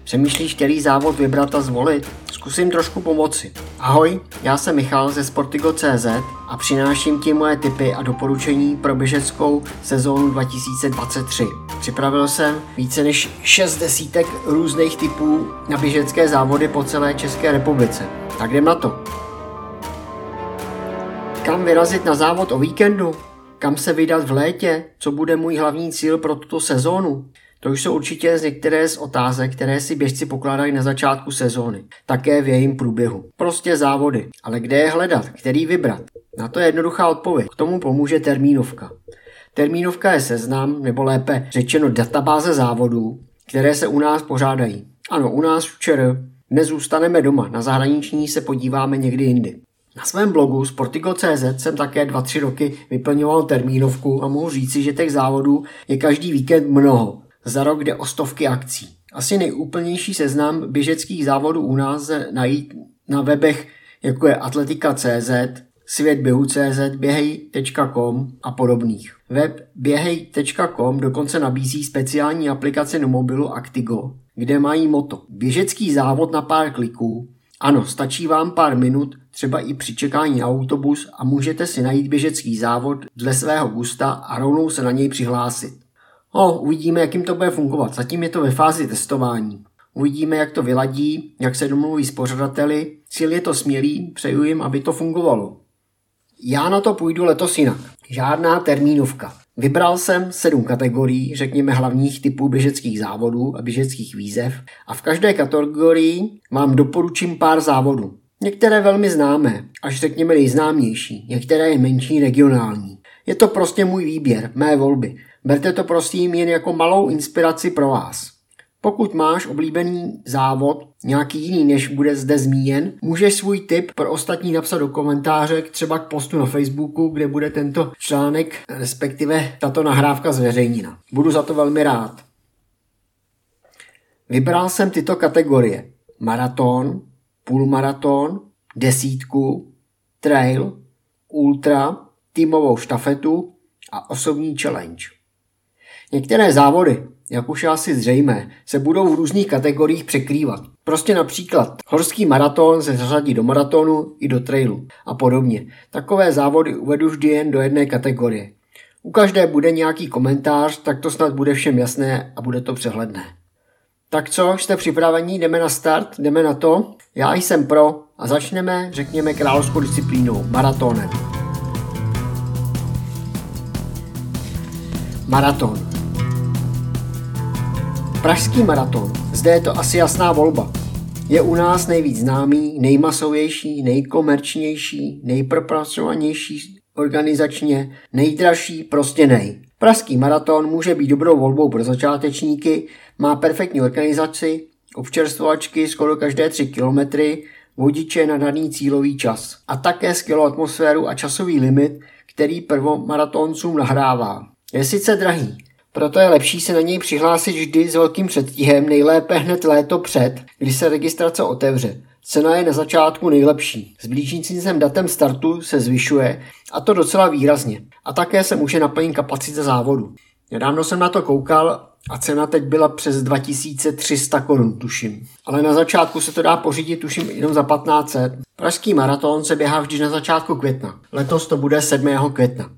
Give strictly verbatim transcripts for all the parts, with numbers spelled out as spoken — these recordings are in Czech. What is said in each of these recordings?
Přemýšlíš, který závod vybrat a zvolit? Zkusím trošku pomoci. Ahoj, já jsem Michal ze Sportigo tečka cé zet a přináším ti moje tipy a doporučení pro běžeckou sezónu dva tisíce dvacet tři. Připravil jsem více než šest desítek různých typů na běžecké závody po celé České republice. Tak jdem na to. Kam vyrazit na závod o víkendu? Kam se vydat v létě? Co bude můj hlavní cíl pro tuto sezónu? To už jsou určitě některé z otázek, které si běžci pokládají na začátku sezóny, také v jejím průběhu. Prostě závody. Ale kde je hledat? Který vybrat? Na to je jednoduchá odpověď. K tomu pomůže termínovka. Termínovka je seznam, nebo lépe řečeno databáze závodů, které se u nás pořádají. Ano, u nás včera. Dnes zůstaneme doma, na zahraniční se podíváme někdy jindy. Na svém blogu Sportigo tečka cé zet jsem také dva tři roky vyplňoval termínovku a mohu říci, že těch závodů je každý víkend mnoho. Za rok jde o stovky akcí. Asi nejúplnější seznam běžeckých závodů u nás lze najít na webech, jako je atletika tečka cé zet, svět běhu tečka cé zet, běhej tečka com a podobných. Web běhej tečka com dokonce nabízí speciální aplikaci na mobilu Actigo, kde mají moto běžecký závod na pár kliků. Ano, stačí vám pár minut, třeba i při čekání na autobus a můžete si najít běžecký závod dle svého gusta a rovnou se na něj přihlásit. No, uvidíme, jak jim to bude fungovat. Zatím je to ve fázi testování. Uvidíme, jak to vyladí, jak se domluví s pořadateli. Cíl je to smělý, přeju jim, aby to fungovalo. Já na to půjdu letos jinak. Žádná termínovka. Vybral jsem sedm kategorií, řekněme hlavních typů běžeckých závodů a běžeckých výzev a v každé kategorii vám doporučím pár závodů. Některé velmi známé, až řekněme nejznámější, některé je menší regionální. Je to prostě můj výběr, mé volby. Berte to prosím jen jako malou inspiraci pro vás. Pokud máš oblíbený závod, nějaký jiný než bude zde zmíněn, můžeš svůj tip pro ostatní napsat do komentáře, třeba k postu na Facebooku, kde bude tento článek, respektive tato nahrávka zveřejněna. Budu za to velmi rád. Vybral jsem tyto kategorie: maraton, půlmaraton, desítku, trail, ultra, týmovou štafetu a osobní challenge. Některé závody, jak už je asi zřejmé, se budou v různých kategoriích překrývat. Prostě například horský maraton se zařadí do maratonu i do trailu a podobně. Takové závody uvedu vždy jen do jedné kategorie. U každé bude nějaký komentář, tak to snad bude všem jasné a bude to přehledné. Tak co, jste připraveni, jdeme na start, jdeme na to? Já jsem pro a začneme, řekněme, královskou disciplínou, maratonem. Maraton. Pražský maraton. Zde je to asi jasná volba. Je u nás nejvíc známý, nejmasovější, nejkomerčnější, nejpropracovanější organizačně, nejdražší, prostě nej. Pražský maraton může být dobrou volbou pro začátečníky, má perfektní organizaci, občerstvovačky skoro každé tři kilometry, vodiče na daný cílový čas a také skvělou atmosféru a časový limit, který prvomaratoncům nahrává. Je sice drahý, proto je lepší se na něj přihlásit vždy s velkým předstihem, nejlépe hned léto před, kdy se registrace otevře. Cena je na začátku nejlepší. S blížícím se datem startu se zvyšuje, a to docela výrazně. A také se může naplnit kapacita závodu. Nedávno jsem na to koukal a cena teď byla přes dva tisíce tři sta korun, tuším. Ale na začátku se to dá pořídit, tuším, jenom za patnáct set. Pražský maraton se běhá vždy na začátku května. Letos to bude sedmého května.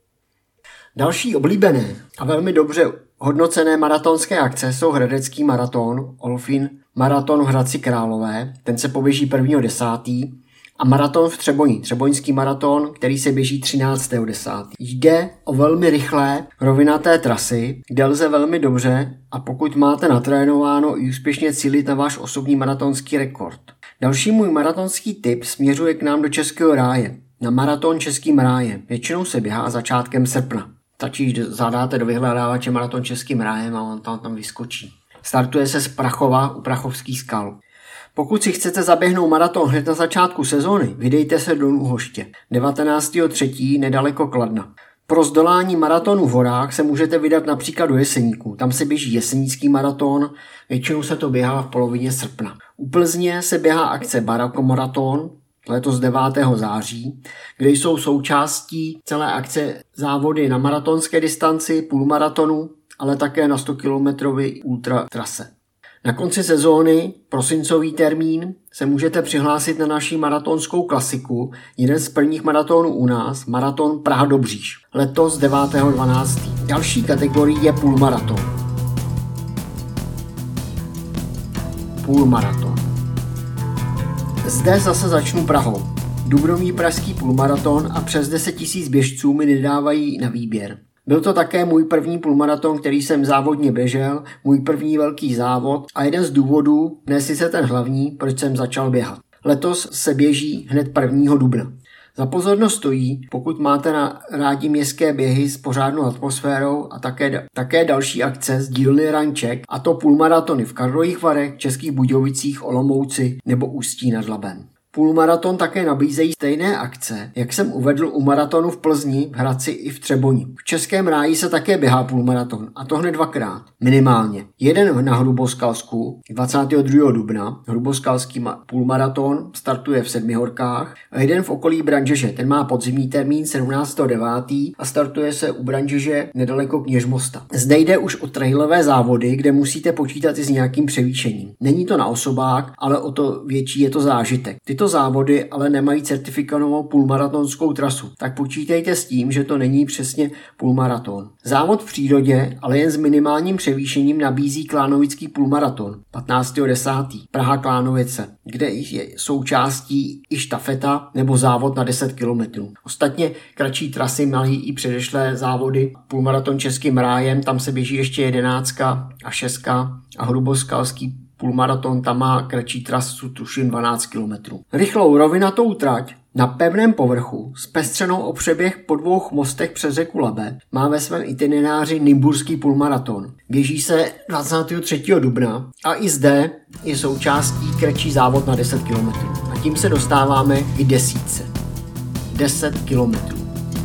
Další oblíbené a velmi dobře hodnocené maratonské akce jsou hradecký maraton, Olfín maraton v Hradci Králové, ten se poběží prvního desátého a maraton v Třeboni, Třeboňský maraton, který se běží třináctého desátého Jde o velmi rychlé, rovinaté trasy, kde lze velmi dobře a pokud máte natrénováno i úspěšně cílit na váš osobní maratonský rekord. Další můj maratonský tip směřuje k nám do Českého ráje, na maraton Českým rájem. Většinou se běhá začátkem srpna. Stačí, zadáte do vyhledávače maraton Českým rájem a on tam, tam vyskočí. Startuje se z Prachova u Prachovských skal. Pokud si chcete zaběhnout maraton hned na začátku sezóny, vydejte se do Nůhoště, devatenáctého třetího nedaleko Kladna. Pro zdolání maratonu v horách se můžete vydat například do Jeseníku. Tam se běží jesenický maraton, většinou se to běhá v polovině srpna. U Plzně se běhá akce Barakomaraton, letos devátého září, kde jsou součástí celé akce závody na maratonské distanci, půlmaratonu, ale také na sto kilometrové ultratrase. Na konci sezóny, prosincový termín, se můžete přihlásit na naši maratonskou klasiku, jeden z prvních maratonů u nás, maraton Praha-Dobříž, letos devátého dvanáctého Další kategorii je půlmaraton. Půlmaraton. Zde zase začnu Prahou. Dubnový pražský půlmaraton a přes deset tisíc běžců mi nedávají na výběr. Byl to také můj první půlmaraton, který jsem závodně běžel, můj první velký závod a jeden z důvodů, ne sice ten hlavní, proč jsem začal běhat. Letos se běží hned prvního dubna. Za pozornost stojí, pokud máte na rádi městské běhy s pořádnou atmosférou a také, také další akce z dílny Ranček, a to půlmaratony v Karlových Varech, Českých Budějovicích, Olomouci nebo Ústí nad Labem. Půlmaraton také nabízejí stejné akce, jak jsem uvedl u maratonu v Plzni, v Hradci i v Třeboni. V Českém Ráji se také běhá půlmaraton, a to hned dvakrát, minimálně. Jeden na Hruboskalsku dvacátého druhého dubna, Hruboskalský půlmaraton startuje v Sedmihorkách, a jeden v okolí Branžeže, ten má podzimní termín sedmnáctého devátého a startuje se u Branžeže nedaleko Kněžmosta. Zde jde už o trailové závody, kde musíte počítat i s nějakým převýšením. Není to na osobák, ale o to větší je to zážitek. Tyto závody ale nemají certifikovanou půlmaratonskou trasu, tak počítejte s tím, že to není přesně půlmaraton. Závod v přírodě, ale jen s minimálním převýšením, nabízí Klánovický půlmaraton patnáctého desátého Praha Klánovice, kde je součástí i štafeta nebo závod na deset kilometrů. Ostatně kratší trasy mají i předešlé závody. Půlmaraton Českým Rájem, tam se běží ještě jedenáctka a šestka a Hruboskalský půlmaraton, tam má kratší trasu, tuším dvanáct kilometrů. Rychlou rovinatou trať na pevném povrchu s pestřenou o přeběh po dvou mostech přes řeku Labe má ve svém itineráři Nymburský půlmaraton. Běží se dvacátého třetího dubna a i zde je součástí kratší závod na deset kilometrů. A tím se dostáváme k desítce. deset kilometrů.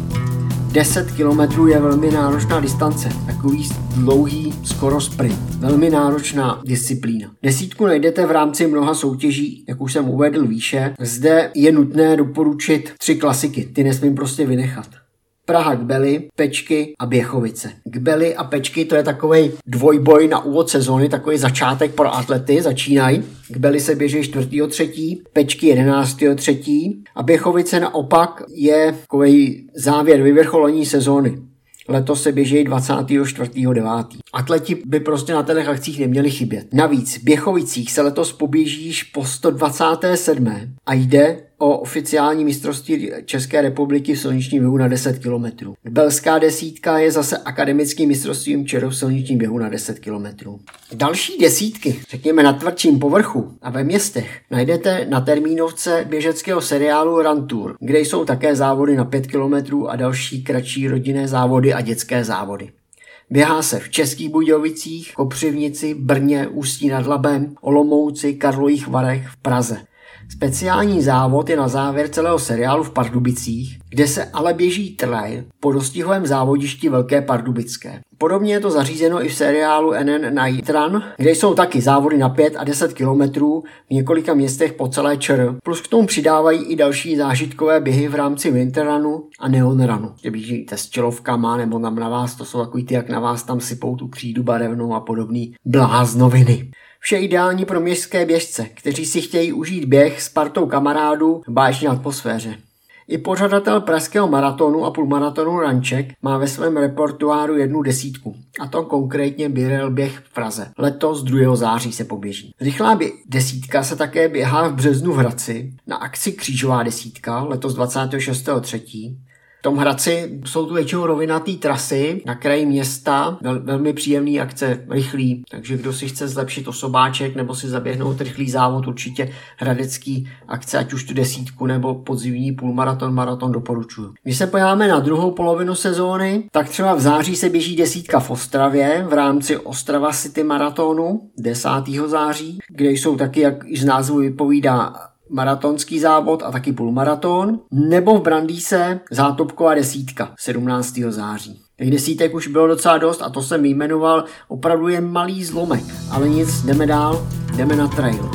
deset kilometrů je velmi náročná distance, takový dlouhý skoro sprint. Velmi náročná disciplína. Desítku najdete v rámci mnoha soutěží, jak už jsem uvedl výše. Zde je nutné doporučit tři klasiky, ty nesmím prostě vynechat. Praha Kbely, Pečky a Běchovice. Kbely a Pečky, to je takovej dvojboj na úvod sezóny, takový začátek pro atlety, začínají. Kbely se běží čtvrtého třetího Pečky jedenáctého třetího a Běchovice naopak je takový závěr vyvrcholení sezóny. Letos se běží dvacátého čtvrtého devátého Atleti by prostě na těch akcích neměli chybět. Navíc v Běchovicích se letos poběží již po sto dvacáté sedmé a jde o oficiální mistrovství České republiky v silničním běhu na deset kilometrů. Belská desítka je zase akademickým mistrovstvím ČR v silničním běhu na deset kilometrů. Další desítky, řekněme na tvrdším povrchu a ve městech, najdete na termínovce běžeckého seriálu Run Tour, kde jsou také závody na pět kilometrů a další kratší rodinné závody a dětské závody. Běhá se v Českých Budějovicích, Kopřivnici, Brně, Ústí nad Labem, Olomouci, Karlových Varech, v Praze. Speciální závod je na závěr celého seriálu v Pardubicích, kde se ale běží trail po dostihovém závodišti Velké Pardubické. Podobně je to zařízeno i v seriálu N N Night Run, kde jsou taky závody na pět a deset kilometrů v několika městech po celé ČR. Plus k tomu přidávají i další zážitkové běhy v rámci Winter Runu a Neon Runu. Kde běžíte s čelovkama nebo tam na vás, to jsou takový ty, jak na vás tam sypou tu křídu barevnou a podobný bláznoviny. Vše ideální pro městské běžce, kteří si chtějí užít běh s partou kamarádů v báječné atmosféře. I pořadatel pražského maratonu a půlmaratonu Ranček má ve svém repertoáru jednu desítku, a to konkrétně Birel běh v Praze. Letos druhého září se poběží. Rychlá bě- desítka se také běhá v březnu v Hradci na akci Křížová desítka, letos dvacátého šestého třetího V tom Hradci jsou tu většinou rovinatý trasy na kraji města, vel, velmi příjemný akce, rychlý, takže kdo si chce zlepšit osobáček nebo si zaběhnout rychlý závod, určitě hradecký akce, ať už tu desítku nebo podzimní půlmaraton, maraton doporučuju. Když se podíváme na druhou polovinu sezóny, tak třeba v září se běží desítka v Ostravě v rámci Ostrava City maratonu desátého září, kde jsou taky, jak z názvu vypovídá, maratonský závod a taky půlmaraton, nebo v Brandýse zátopková desítka sedmnáctého září. Těch desítek už bylo docela dost a to jsem vyjmenoval, opravdu je malý zlomek, ale nic, jdeme dál, jdeme na trail.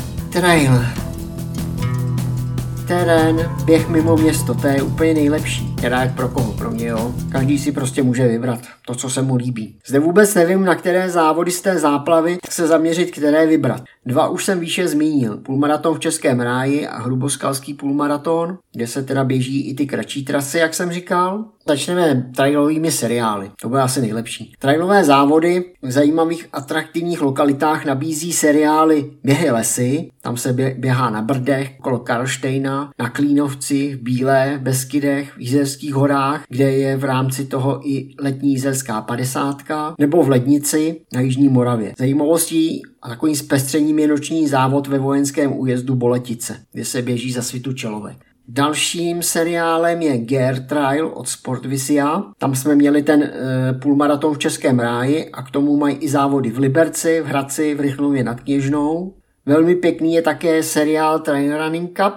Trail. Terén, běh mimo město, to je úplně nejlepší. Teda jak pro koho, pro mě jo. Každý si prostě může vybrat to, co se mu líbí. Zde vůbec nevím, na které závody z té záplavy se zaměřit, které vybrat. Dva už jsem výše zmínil. Půlmaraton v Českém ráji a hruboskalský půlmaraton, kde se teda běží i ty kratší trasy, jak jsem říkal. Začneme trailovými seriály. To bude asi nejlepší. Trailové závody v zajímavých atraktivních lokalitách nabízí seriály Běhy lesy, tam se běhá na Brdech, kolo Karlštejna, na Klínovci, v Bílé, Beskydech, v Jizerských horách, kde je v rámci toho i letní jizerská padesátka, nebo v Lednici na Jižní Moravě. Zajímavostí a takovým zpestřením je noční závod ve vojenském újezdu Boletice, kde se běží za svitu Čelovek. Dalším seriálem je Gear Trail od Sportvisia. Tam jsme měli ten e, půlmaraton v Českém ráji a k tomu mají i závody v Liberci, v Hradci, v Rychnově nad Kněžnou. Velmi pěkný je také seriál Trail Running Cup,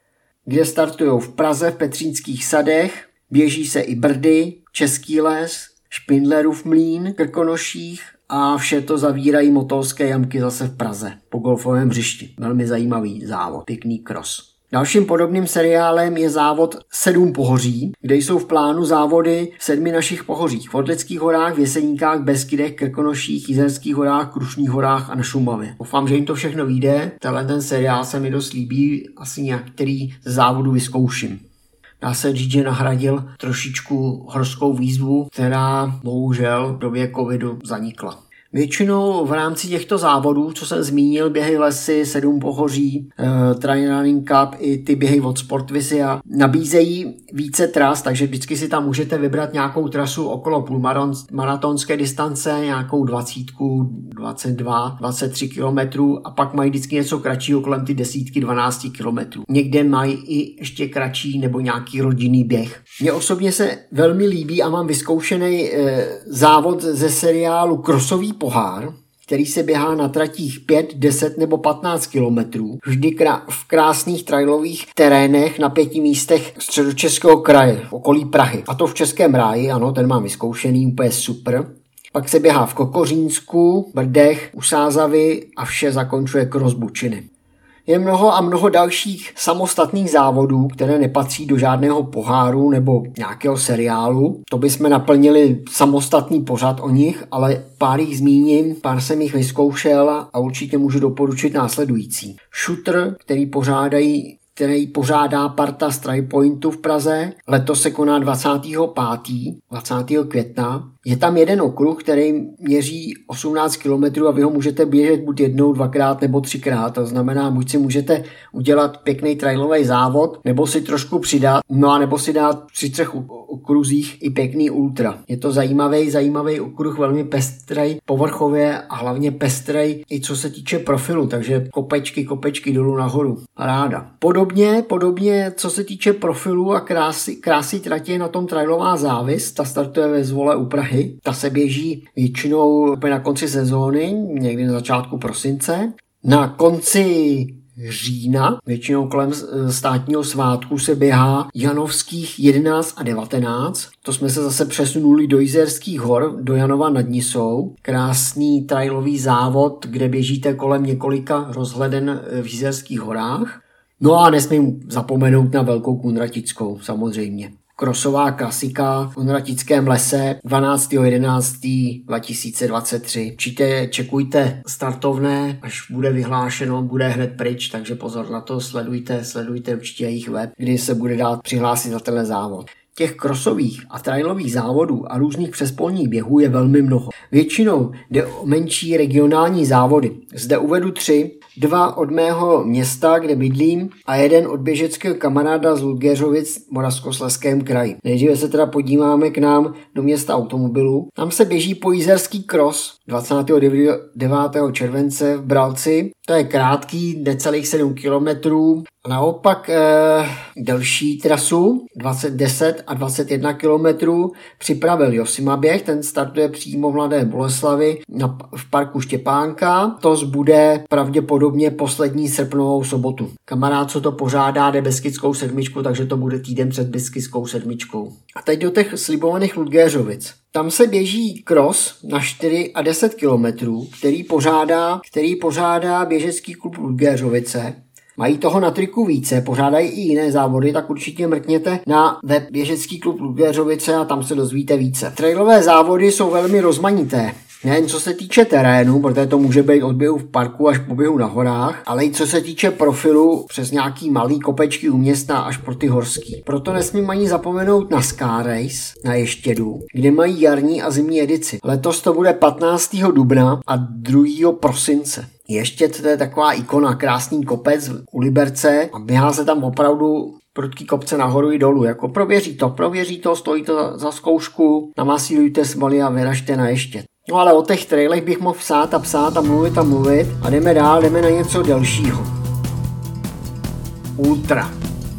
kde startují v Praze v Petřínských sadech, běží se i Brdy, Český les, Špindlerův mlýn, Krkonoších a vše to zavírají motolské jamky zase v Praze po golfovém hřišti. Velmi zajímavý závod, pěkný cross. Dalším podobným seriálem je závod Sedm pohoří, kde jsou v plánu závody v sedmi našich pohořích. V Orlických horách, v Jeseníkách, Beskydech, Krkonoších, Jizerských horách, Krušných horách a na Šumavě. Doufám, že jim to všechno vyjde. Tenhle ten seriál se mi dost líbí, asi některý z závodů vyzkouším. Dá se říct, že nahradil trošičku horskou výzvu, která bohužel v době covidu zanikla. Většinou v rámci těchto závodů, co jsem zmínil, Běhy lesy, Sedm pohoří, e, Trail Running Cup i ty běhy od Sportvisia, nabízejí více tras, takže vždycky si tam můžete vybrat nějakou trasu okolo půlmaratonské distance, nějakou dvacítku, dvacet dva, dvacet tři kilometrů a pak mají vždycky něco kratšího kolem ty desítky, dvanáct kilometrů. Někde mají i ještě kratší nebo nějaký rodinný běh. Mně osobně se velmi líbí a mám vyzkoušený e, závod ze seriálu Krosový pohár, který se běhá na tratích pět, deset nebo patnáct kilometrů, vždy krá- v krásných trailových terénech na pěti místech Středočeského kraje, v okolí Prahy. A to v Českém ráji, ano, ten mám vyzkoušený, úplně super. Pak se běhá v Kokořínsku, Brdech, u Sázavy a vše zakončuje cross Bučiny. Je mnoho a mnoho dalších samostatných závodů, které nepatří do žádného poháru nebo nějakého seriálu. To bychom naplnili samostatný pořad o nich, ale pár jich zmíním, pár jsem jich vyzkoušel a určitě můžu doporučit následující. Shooter, který pořádají který pořádá parta z Tripointu v Praze. Letos se koná dvacátého pátého dvacátého května. Je tam jeden okruh, který měří osmnáct kilometrů a vy ho můžete běžet buď jednou, dvakrát nebo třikrát. To znamená, buď si můžete udělat pěkný trailový závod, nebo si trošku přidat, no a nebo si dát při třech okruzích i pěkný ultra. Je to zajímavý, zajímavý okruh, velmi pestrej povrchově a hlavně pestrej i co se týče profilu, takže kopečky, kopečky dolů nahoru. Paráda. Podobně, podobně, co se týče profilu a krásy, krásy tratě na tom trailová závis, ta startuje ve Zvole u Prahy. Ta se běží většinou na konci sezóny, někdy na začátku prosince. Na konci října, většinou kolem státního svátku, se běhá Janovských jedenáct a devatenáct. To jsme se zase přesunuli do Jizerských hor, do Janova nad Nisou. Krásný trailový závod, kde běžíte kolem několika rozhleden v Jizerských horách. No a nesmím zapomenout na Velkou Kunratickou, samozřejmě. Krosová klasika v Kunratickém lese dvanáctého jedenáctého dva tisíce dvacet tři. Určitě čekujte startovné, až bude vyhlášeno, bude hned pryč, takže pozor na to, sledujte, sledujte určitě jejich web, kdy se bude dát přihlásit za tenhle závod. Těch krosových a trailových závodů a různých přespolních běhů je velmi mnoho. Většinou jde o menší regionální závody. Zde uvedu tři. Dva od mého města, kde bydlím, a jeden od běžeckého kamaráda z Ludgeřovic v Moravskoslezském kraji. Nejdříve se teda podíváme k nám do města automobilů. Tam se běží po Jizerský cross dvacátého devátého července v Bralci. To je krátký, necelých sedm kilometrů. Naopak eh, delší trasu dvacet deset a dvacet jedna kilometrů připravil Josima běh, ten startuje přímo v Mladé Boleslavi na, v parku Štěpánka. To bude pravděpodobně poslední srpnovou sobotu. Kamarád, co to pořádá, jde Beskidskou sedmičku, takže to bude týden před Beskidskou sedmičkou. A teď do těch slibovaných Ludgeřovic. Tam se běží cross na čtyři a deset kilometrů, který pořádá, který pořádá běžecký klub Ludgeřovice. mají toho na triku více, pořádají i jiné závody, tak určitě mrkněte na web Běžecký klub Luděřovice a tam se dozvíte více. Trailové závody jsou velmi rozmanité. Nejen co se týče terénu, protože to může být od běhu v parku až po běhu na horách, ale i co se týče profilu přes nějaký malý kopečky u města až po ty horský. Proto nesmím ani zapomenout na Sky Race na Ještědu, kde mají jarní a zimní edici. Letos to bude patnáctého dubna a druhého prosince. Ještě to je taková ikona, krásný kopec u Liberce a běhá se tam opravdu prudký kopce nahoru i dolů. Jako prověří to, prověří to, stojí to za, za zkoušku, namasírujte svaly a vyražte na Ještěd. No ale o těch trailech bych mohl psát a psát a mluvit a mluvit a jdeme dál, jdeme na něco delšího. Ultra.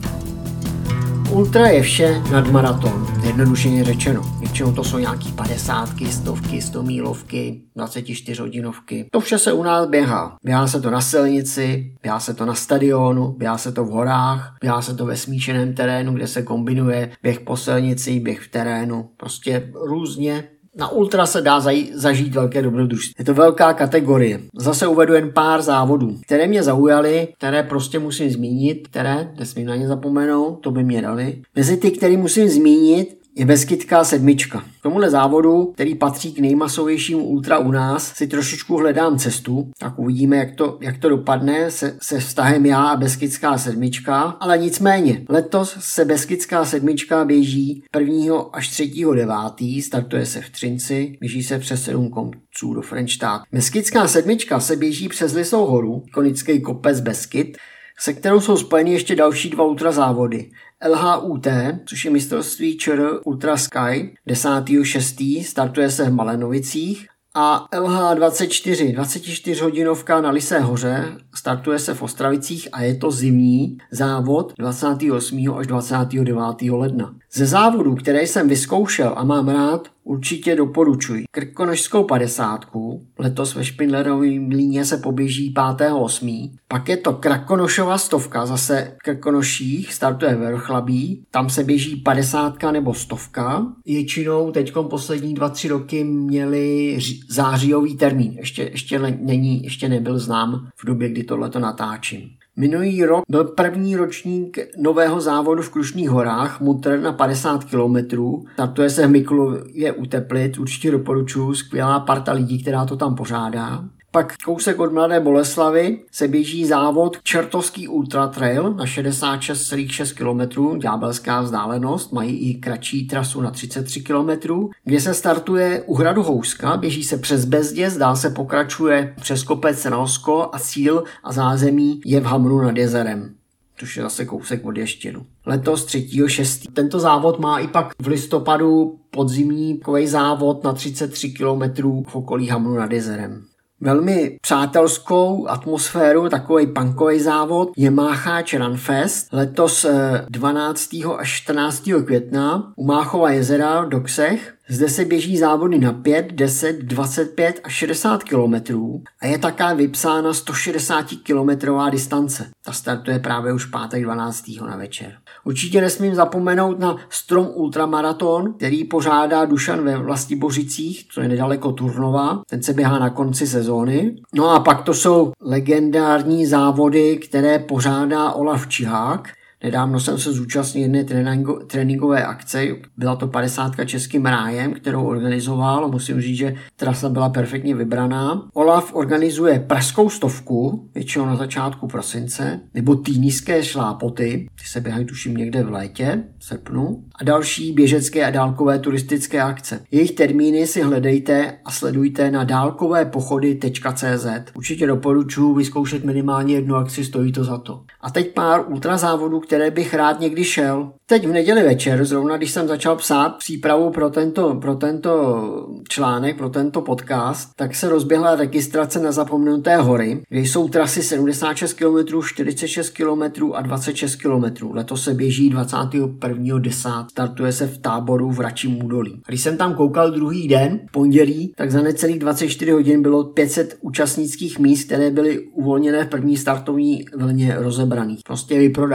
Ultra je vše nad maraton, jednodušeně řečeno. Většinou to jsou nějaký padesátky, stovky, stomílovky, dvacet čtyři hodinovky. To vše se u nás běhá. Běhá se to na silnici, běhá se to na stadionu, běhá se to v horách, běhá se to ve smíšeném terénu, kde se kombinuje běh po silnici, běh v terénu. Prostě různě. Na ultra se dá zažít velké dobrodružství. Je to velká kategorie. Zase uvedu jen pár závodů, které mě zaujaly, které prostě musím zmínit, které nesmím na ně zapomenout, to by mě dali. Mezi ty, které musím zmínit, je Beskidská sedmička. K tomuhle závodu, který patří k nejmasovějšímu ultra u nás, si trošičku hledám cestu, tak uvidíme, jak to, jak to dopadne se, se vztahem já a Beskidská sedmička, ale nicméně, letos se Beskidská sedmička běží prvního až třetího devátého startuje se v Třinci, běží se přes sedm konců do Frenštátu. Beskidská sedmička se běží přes Lisou horu, ikonický kopec Beskyd, se kterou jsou spojeny ještě další dva ultrazávody. L H U T, což je mistrovství ČR Ultra Sky, desátého šestého startuje se v Malenovicích a L H dvacet čtyři, dvacet čtyři hodinovka na Lisé hoře, startuje se v Ostravicích a je to zimní závod dvacátého osmého až dvacátého devátého ledna. Ze závodů, které jsem vyzkoušel a mám rád, určitě doporučuji. Krkonošskou padesátku, letos ve Špindlerovém mlýně se poběží pátého osmého Pak je to Krakonošova stovka, zase v Krkonoších, startuje ve Vrchlabí, tam se běží padesátka nebo stovka. Většinou teďkom poslední dva, tři roky měli zářijový termín, ještě, ještě, není, ještě nebyl znám v době, kdy tohleto natáčím. Minulý rok byl první ročník nového závodu v Krušných horách, Mutr na padesát kilometrů. Startuje se v Mikulově u Teplic, určitě doporučuji, skvělá parta lidí, která to tam pořádá. Pak kousek od Mladé Boleslavy se běží závod Čertovský Ultra Trail na šedesát šest celá šest kilometrů, ďábelská vzdálenost, mají i kratší trasu na třicet tři kilometrů, kde se startuje u hradu Houska, běží se přes Bezděz, dál se pokračuje přes kopec Ralsko a cíl a zázemí je v Hamru nad jezerem, což je zase kousek od Ještědu. Letos třetího šestého Tento závod má i pak v listopadu podzimní takovej závod na třicet tři kilometrů v okolí Hamru nad jezerem. Velmi přátelskou atmosféru, takový punkový závod, je Mácháč Runfest. Letos dvanáctého až čtrnáctého května u Máchova jezera v Doksech. Zde se běží závody na pět, deset, dvacet pět a šedesát kilometrů a je také vypsána sto šedesát kilometrová distance. Ta startuje právě už pátek dvanáctého na večer. Určitě nesmím zapomenout na Strom Ultramaraton, který pořádá Dušan ve Vlastibořicích, co je nedaleko Turnova. Ten se běhá na konci sezóny. No a pak to jsou legendární závody, které pořádá Olaf Čihák. Nedávno jsem se zúčastnil jedné tréninko, tréninkové akce, byla to padesátka Českým rájem, kterou organizoval, musím říct, že trasa byla perfektně vybraná. Olaf organizuje pražskou stovku, většinou na začátku prosince, nebo týnické šlápoty, ty se běhají tuším někde v létě, v srpnu, a další běžecké a dálkové turistické akce. Jejich termíny si hledejte a sledujte na dálkovépochody tečka cé zet. Určitě doporučuji vyzkoušet minimálně jednu akci, stojí to za to. A teď pár ultrazávodů, které bych rád někdy šel. Teď v neděli večer, zrovna když jsem začal psát přípravu pro tento, pro tento článek, pro tento podcast, tak se rozběhla registrace na Zapomenuté hory, kde jsou trasy sedmdesát šest kilometrů, čtyřicet šest kilometrů a dvacet šest kilometrů. Letos se běží dvacátého prvního desátého Startuje se v Táboru v Račím údolí. Když jsem tam koukal druhý den, pondělí, tak za necelých dvacet čtyři hodin bylo pět set účastnických míst, které byly uvolněné v první startovní vlně rozebraných. Prostě vyprodáno.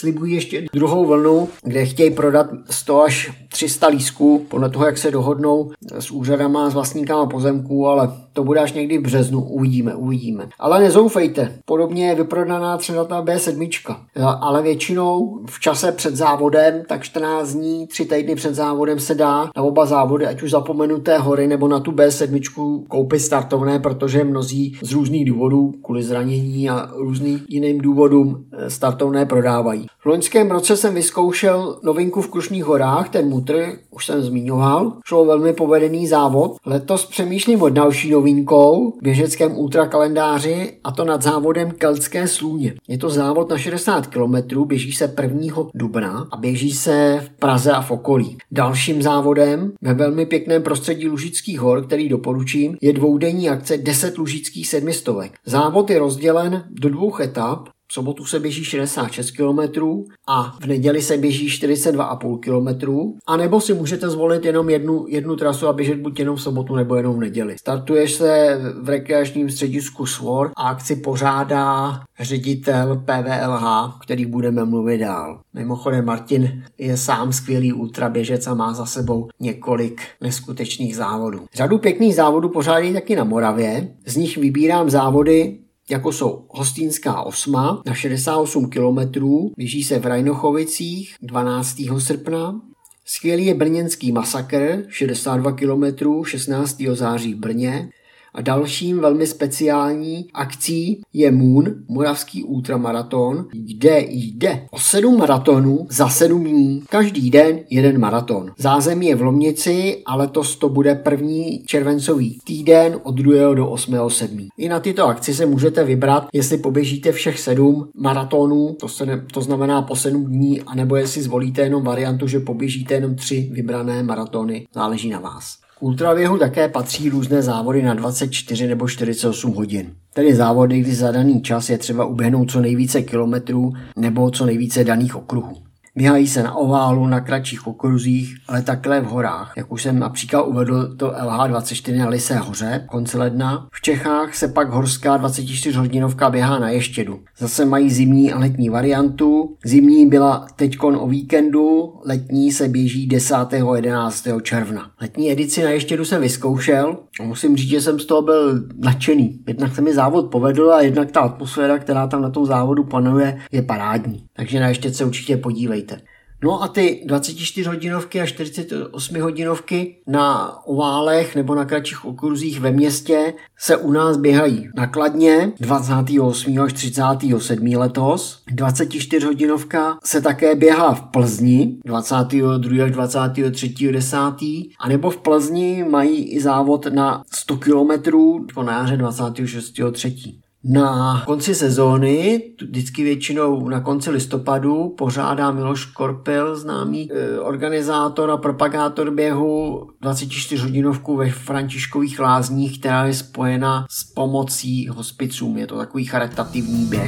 slibují ještě druhou vlnu, kde chtějí prodat sto až tři sta lístků, podle toho, jak se dohodnou s úřadama, s vlastníkama pozemků, ale to bude až někdy v březnu, uvidíme, uvidíme. Ale nezoufejte, podobně je vyprodaná třeba ta bé sedm, ale většinou v čase před závodem, tak čtrnáct dní, tři týdny před závodem se dá na oba závody, ať už Zapomenuté hory nebo na tu bé sedm koupit startovné, protože mnozí z různých důvodů, kvůli zranění a různým jiným důvodům startovné prodávají. V loňském roce jsem vyzkoušel novinku v Krušných horách, ten mutr, už jsem zmiňoval, šlo velmi povedený závod. Letos přemýšlím o další novinkou v běžeckém ultrakalendáři, a to nad závodem Keltské Slůně. Je to závod na šedesát kilometrů, běží se prvního dubna a běží se v Praze a v okolí. Dalším závodem ve velmi pěkném prostředí Lužických hor, který doporučím, je dvoudenní akce deset lužických sedmistovek. Závod je rozdělen do dvou etap. V sobotu se běží šedesát šest kilometrů a v neděli se běží čtyřicet dva a půl kilometru. A nebo si můžete zvolit jenom jednu, jednu trasu a běžet buď jenom v sobotu nebo jenom v neděli. Startuješ se v rekreačním středisku Svor a akci pořádá ředitel P V L H, který budeme mluvit dál. Mimochodem Martin je sám skvělý ultraběžec a má za sebou několik neskutečných závodů. Řadu pěkných závodů pořádají taky na Moravě. Z nich vybírám závody, jako jsou Hostýnská osma na šedesát osm kilometrů, běží se v Rajnochovicích dvanáctého srpna. Skvělý je brněnský masakr, šedesát dva kilometrů, šestnáctého září v Brně. A dalším velmi speciální akcí je Moon, moravský ultramaraton, kde jde o sedm maratonů za sedm dní. Každý den jeden maraton. Zázemí je v Lomnici a letos to bude první červencový týden od druhého do osmého sedmého I na tyto akci se můžete vybrat, jestli poběžíte všech sedm maratonů, to, se ne, to znamená po sedm dní, anebo jestli zvolíte jenom variantu, že poběžíte jenom tři vybrané maratony. Záleží na vás. K ultraběhu také patří různé závody na dvacet čtyři nebo čtyřicet osm hodin. Tedy závody, kdy za daný čas je třeba uběhnout co nejvíce kilometrů nebo co nejvíce daných okruhů. Běhají se na oválu, na kratších okruzích, ale takhle v horách. Jak už jsem například uvedl to L H dvacet čtyři na Lysé hoře konce ledna. V Čechách se pak horská dvacetičtyřhodinovka běhá na Ještědu. Zase mají zimní a letní variantu. Zimní byla teďkon o víkendu, letní se běží desátého a jedenáctého června. Letní edici na Ještědu jsem vyzkoušel a musím říct, že jsem z toho byl nadšený. Jednak se mi závod povedl a jednak ta atmosféra, která tam na tom závodu panuje, je parádní. Takže na Ještěd se určitě podívejte. No a ty dvacetičtyřhodinovky a čtyřicet osm hodinovky na oválech nebo na kratších okruzích ve městě se u nás běhají na Kladně dvacátého osmého až třicátého sedmého letos. dvacetičtyřhodinovka se také běhá v Plzni dvacátého druhého až dvacátého třetího desátého a nebo v Plzni mají i závod na sto kilometrů na jaře dvacátého šestého třetího Na konci sezóny, vždycky většinou na konci listopadu, pořádá Miloš Korpil, známý e, organizátor a propagátor běhu, dvacetičtyřhodinovku ve Františkových Lázních, která je spojena s pomocí hospicům. Je to takový charitativní běh.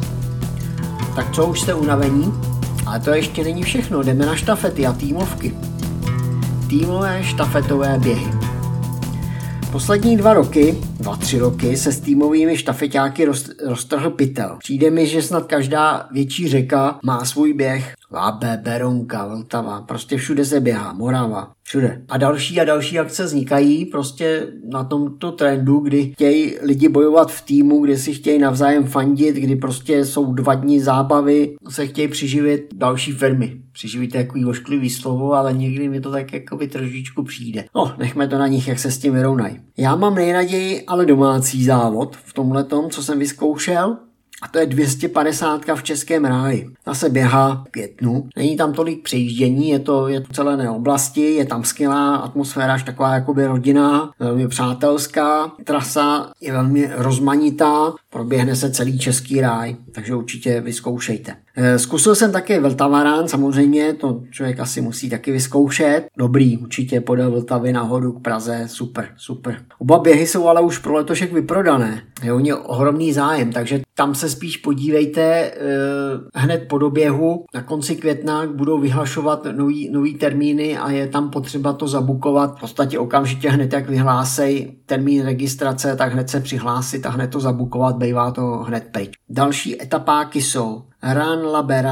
Tak co, už jste unavení? Ale to ještě není všechno, jdeme na štafety a týmovky. Týmové štafetové běhy. Poslední dva roky, dva, tři roky se s týmovými štafeťáky roz, roztrhl pytel. Přijde mi, že snad každá větší řeka má svůj běh. Labe, Berounka, Vltava, prostě všude se běhá, Morava, všude. A další a další akce vznikají prostě na tomto trendu, kdy chtějí lidi bojovat v týmu, kdy si chtějí navzájem fandit, kdy prostě jsou dva dny zábavy, se chtějí přiživit další firmy. Přiživit je takový ošklivý slovo, ale někdy mi to tak jako by trošičku přijde. No, nechme to na nich, jak se s tím vyrovnají. Já mám nejraději ale domácí závod v tomhletom, co jsem vyzkoušel. A to je dvě stě padesát v Českém ráji. Ta se běhá v květnu. Není tam tolik přejíždění, je to, je to celé oblasti, je tam skvělá atmosféra, až taková jakoby rodinná, velmi přátelská. Trasa je velmi rozmanitá, proběhne se celý Český ráj, takže určitě vyzkoušejte. Zkusil jsem také Vltavarán, samozřejmě, to člověk asi musí taky vyzkoušet. Dobrý, určitě podél Vltavy nahoru k Praze, super, super. Oba běhy jsou ale už pro letošek vyprodané. Je o ně ohromný zájem, takže tam se spíš podívejte eh, hned po doběhu. Na konci května budou vyhlašovat nový, nový termíny a je tam potřeba to zabukovat. V podstatě okamžitě hned, jak vyhlásej termín registrace, tak hned se přihlásit a hned to zabukovat, bývá to hned pryč. Další etapáky jsou Ran Laberan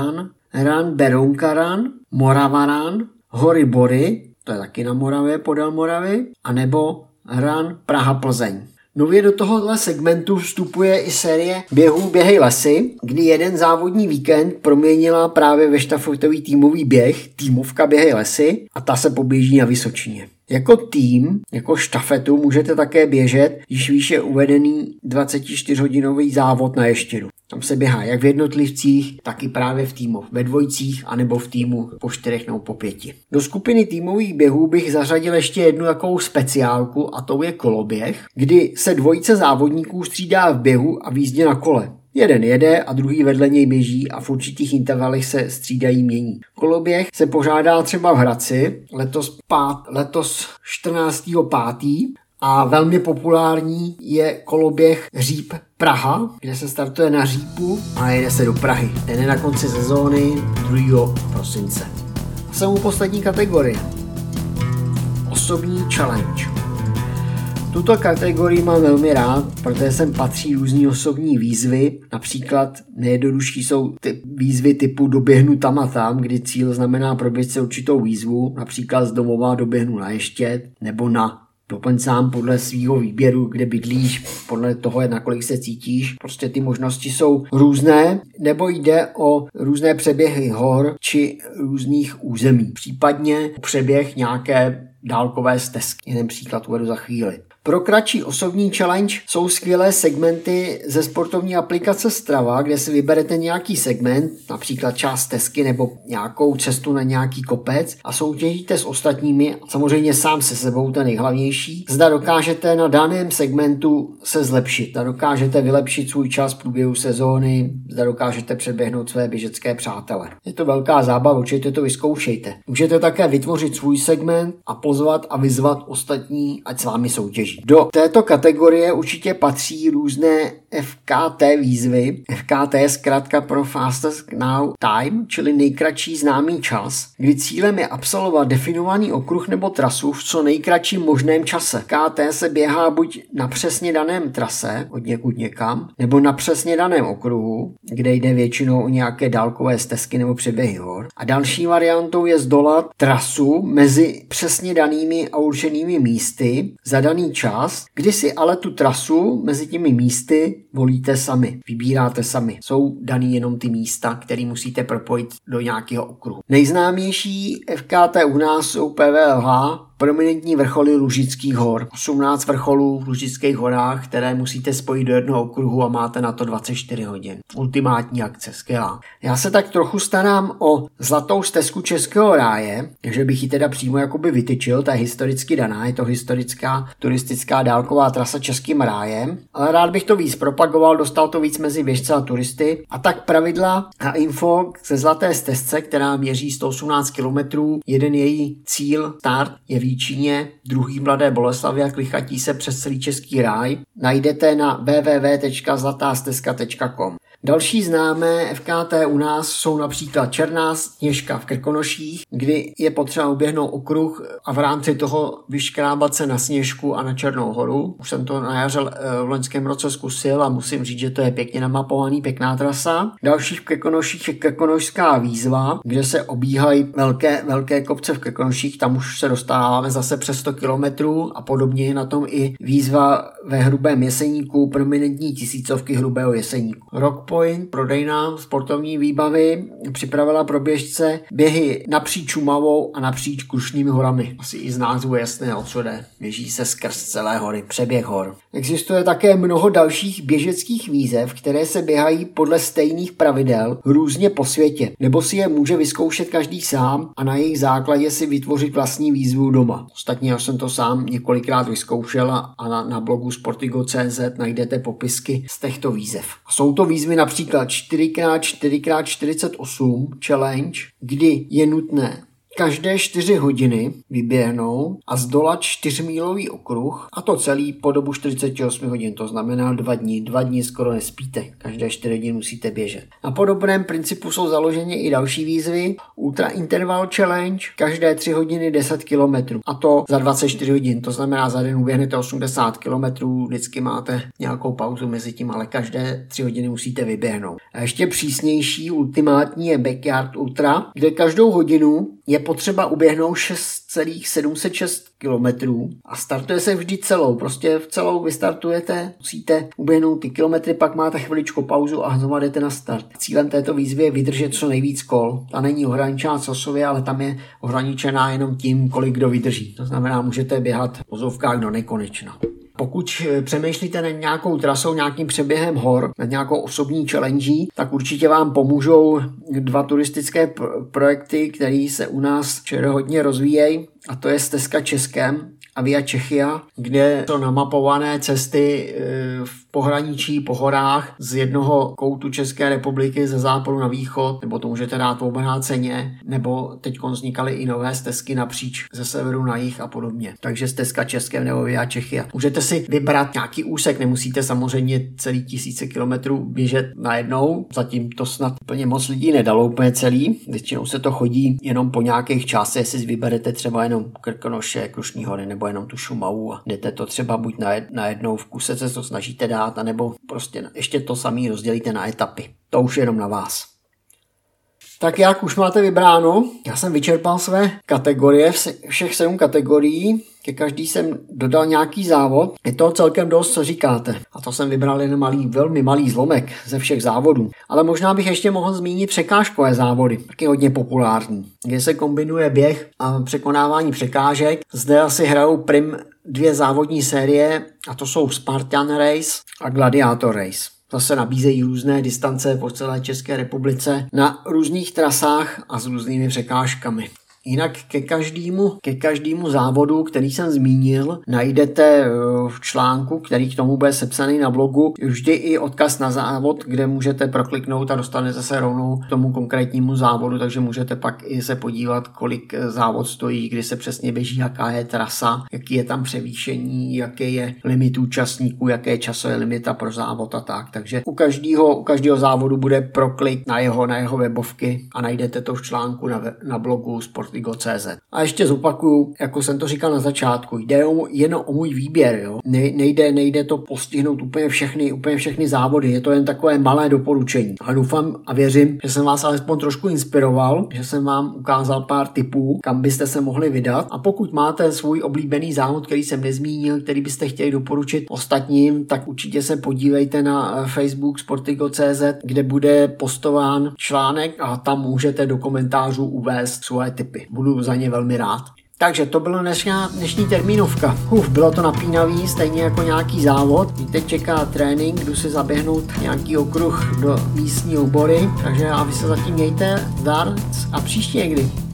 Run Berounka Run, Morava Run, Hory Bory, to je taky na Moravě podél Moravy, anebo Run Praha Plzeň. Nově do tohohle segmentu vstupuje i série běhů Běhej lesy, kdy jeden závodní víkend proměnila právě ve štafetový týmový běh týmovka Běhej lesy a ta se poběží na Vysočině. Jako tým, jako štafetu můžete také běžet již výše uvedený dvacetičtyřhodinový závod na ještěru. Tam se běhá jak v jednotlivcích, tak i právě v týmu ve dvojicích, anebo v týmu po čtyřech nebo po pěti. Do skupiny týmových běhů bych zařadil ještě jednu takovou speciálku a to je koloběh, kdy se dvojice závodníků střídá v běhu a v jízdě na kole. Jeden jede a druhý vedle něj běží a v určitých intervalech se střídají mění. Koloběh se pořádá třeba v Hradci, letos, pát, letos čtrnáctého pátého a velmi populární je koloběh Říp Praha, kde se startuje na Řípu a jede se do Prahy. Ten je na konci sezóny druhého prosince. A jsem u poslední kategorie. Osobní challenge. Tuto kategorii mám velmi rád, protože sem patří různý osobní výzvy. Například nejjednodušší jsou ty výzvy typu doběhnu tam a tam, kdy cíl znamená proběht se určitou výzvu, například z domova doběhnu na Ještěd nebo na doplň sám podle svýho výběru, kde bydlíš, podle toho, nakolik se cítíš. Prostě ty možnosti jsou různé, nebo jde o různé přeběhy hor či různých území. Případně přeběh nějaké dálkové stezky. Jeden příklad uvedu za chvíli. Pro kratší osobní challenge jsou skvělé segmenty ze sportovní aplikace Strava, kde si vyberete nějaký segment, například část stezky nebo nějakou cestu na nějaký kopec a soutěžíte s ostatními, samozřejmě sám se sebou ten nejhlavnější, zda dokážete na daném segmentu se zlepšit, zda dokážete vylepšit svůj čas v průběhu sezóny, zda dokážete přeběhnout své běžecké přátele. Je to velká zábava, určitě to vyzkoušejte. Můžete také vytvořit svůj segment a pozvat a vyzvat ostatní, ať s vámi soutěží. Do této kategorie určitě patří různé F K T výzvy. F K T je zkrátka pro Fastest Now Time, čili nejkratší známý čas, kdy cílem je absolvovat definovaný okruh nebo trasu v co nejkratším možném čase. F K T se běhá buď na přesně daném trase, od někud někam, nebo na přesně daném okruhu, kde jde většinou o nějaké dálkové stezky nebo přeběhy hor. A další variantou je zdolat trasu mezi přesně danými a určenými místy za daný čas, kdy si ale tu trasu mezi těmi místy volíte sami, vybíráte sami. Jsou daný jenom ty místa, které musíte propojit do nějakého okruhu. Nejznámější F K T u nás jsou P V L H, prominentní vrcholy Lužických hor. osmnáct vrcholů v Lužických horách, které musíte spojit do jednoho okruhu a máte na to dvacet čtyři hodin. Ultimátní akce, skvělá. Já se tak trochu starám o zlatou stezku Českého ráje, takže bych ji teda přímo jakoby vytyčil, ta je historicky daná, je to historická turistická dálková trasa Českým rájem, ale rád bych to víc propagoval, dostal to víc mezi běžce a turisty a tak pravidla a info ze zlaté stezce, která měří sto osmnáct kilometrů, jeden její cíl, start je v Líčíně, druhý Mladé Boleslavi a klichatí se přes celý Český ráj, najdete na w w w tečka zlatá stezka tečka com. Další známé F K T u nás jsou například Černá Sněžka v Krkonoších, kdy je potřeba uběhnout okruh a v rámci toho vyškrábat se na Sněžku a na Černou horu. Už jsem to na jaře v loňském roce zkusil a musím říct, že to je pěkně namapovaný, pěkná trasa. Další v Krkonoších je Krkonošská výzva, kde se obíhají velké, velké kopce v Krkonoších, tam už se dostáváme zase přes sto kilometrů a podobně je na tom i výzva ve Hrubém Jeseníku, prominentní tisícovky Hrubého Jeseníku. Rock Point, prodejna sportovní výbavy, připravila pro běžce běhy napříč Šumavou a napříč Krušnými horami. Asi i z názvu jasné, o co jde. Běží se skrz celé hory, přeběh hor. Existuje také mnoho dalších běžeckých výzev, které se běhají podle stejných pravidel různě po světě, nebo si je může vyzkoušet každý sám a na jejich základě si vytvořit vlastní výzvu doma. Ostatně já jsem to sám několikrát vyzkoušel a na, na blogu sportigo tečka cé zet najdete popisky z těchto výzev. A jsou to výzvy například čtyři krát čtyři krát čtyřicet osm challenge, kdy je nutné každé čtyři hodiny vyběhnou a zdolat čtyřmílový okruh a to celý po dobu čtyřicet osm hodin, to znamená dva dny. Dva dny skoro nespíte, každé čtyři hodiny musíte běžet. Na podobném principu jsou založeny i další výzvy. Ultra Interval Challenge, každé tři hodiny deset kilometrů a to za dvacet čtyři hodin, to znamená za den uběhnete osmdesát kilometrů, vždycky máte nějakou pauzu mezi tím, ale každé tři hodiny musíte vyběhnout. A ještě přísnější, ultimátní je Backyard Ultra, kde každou hodinu je potřeba uběhnout šest celá sedm set šest kilometrů a startuje se vždy celou, prostě v celou vystartujete, musíte uběhnout ty kilometry, pak máte chviličku pauzu a znovu jdete na start. Cílem této výzvy je vydržet co nejvíc kol. Ta není ohraničená časově, ale tam je ohraničená jenom tím, kolik kdo vydrží. To znamená, můžete běhat v vozovkách do nekonečna. Pokud přemýšlíte nad nějakou trasou, nějakým přeběhem hor, nad nějakou osobní challenge, tak určitě vám pomůžou dva turistické projekty, které se u nás hodně rozvíjejí, a to je Stezka Českem a Via Czechia, kde jsou namapované cesty v pohraničí, po horách z jednoho koutu České republiky ze západu na východ, nebo to můžete dát v obráceně, nebo teď vznikaly i nové stezky napříč ze severu na jih a podobně. Takže Stezka Českem nebo Via Czechia. Můžete si vybrat nějaký úsek, nemusíte samozřejmě celý tisíce kilometrů běžet najednou, zatím to snad úplně moc lidí nedalo úplně celý, většinou se to chodí jenom po nějakých částech, si vyberete třeba jenom Krkonoše, Krušní hory nebo jenom tu Šumavu a jdete to třeba buď na jednou v kuse se to snažíte dát, anebo prostě ještě to samý rozdělíte na etapy. To už je jenom na vás. Tak jak už máte vybráno, já jsem vyčerpal své kategorie, všech sedm kategorií, ke každý jsem dodal nějaký závod, je to celkem dost, co říkáte. A to jsem vybral jen malý, velmi malý zlomek ze všech závodů. Ale možná bych ještě mohl zmínit překážkové závody, taky hodně populární, kde se kombinuje běh a překonávání překážek. Zde asi hrajou prim dvě závodní série a to jsou Spartan Race a Gladiator Race. Zase nabízejí různé distance po celé České republice na různých trasách a s různými překážkami. Jinak ke každému, ke každému závodu, který jsem zmínil, najdete v článku, který k tomu bude sepsaný na blogu, vždy i odkaz na závod, kde můžete prokliknout a dostanete se rovnou k tomu konkrétnímu závodu, takže můžete pak i se podívat, kolik závod stojí, kdy se přesně běží, jaká je trasa, jaký je tam převýšení, jaký je limit účastníků, jaké je časové limita pro závod a tak. Takže u každého, u každého závodu bude proklik na jeho, na jeho webovky a najdete to v článku na, na blogu Sport Ligo tečka cé zet. A ještě zopakuju, jako jsem to říkal na začátku, jde o, jen o můj výběr, jo. Ne, nejde, nejde to postihnout úplně všechny, úplně všechny závody, je to jen takové malé doporučení. A doufám a věřím, že jsem vás alespoň trošku inspiroval, že jsem vám ukázal pár tipů, kam byste se mohli vydat. A pokud máte svůj oblíbený závod, který jsem nezmínil, který byste chtěli doporučit ostatním, tak určitě se podívejte na Facebook Sport Ligo tečka cé zet, kde bude postován článek a tam můžete do komentářů uvést svoje tipy. Budu za ně velmi rád. Takže to byla dnešní, dnešní termínovka. Uf, bylo to napínavý, stejně jako nějaký závod. Teď čeká trénink, jdu si zaběhnout nějaký okruh do místní obory. Takže a vy se zatím mějte, zdar a příště někdy.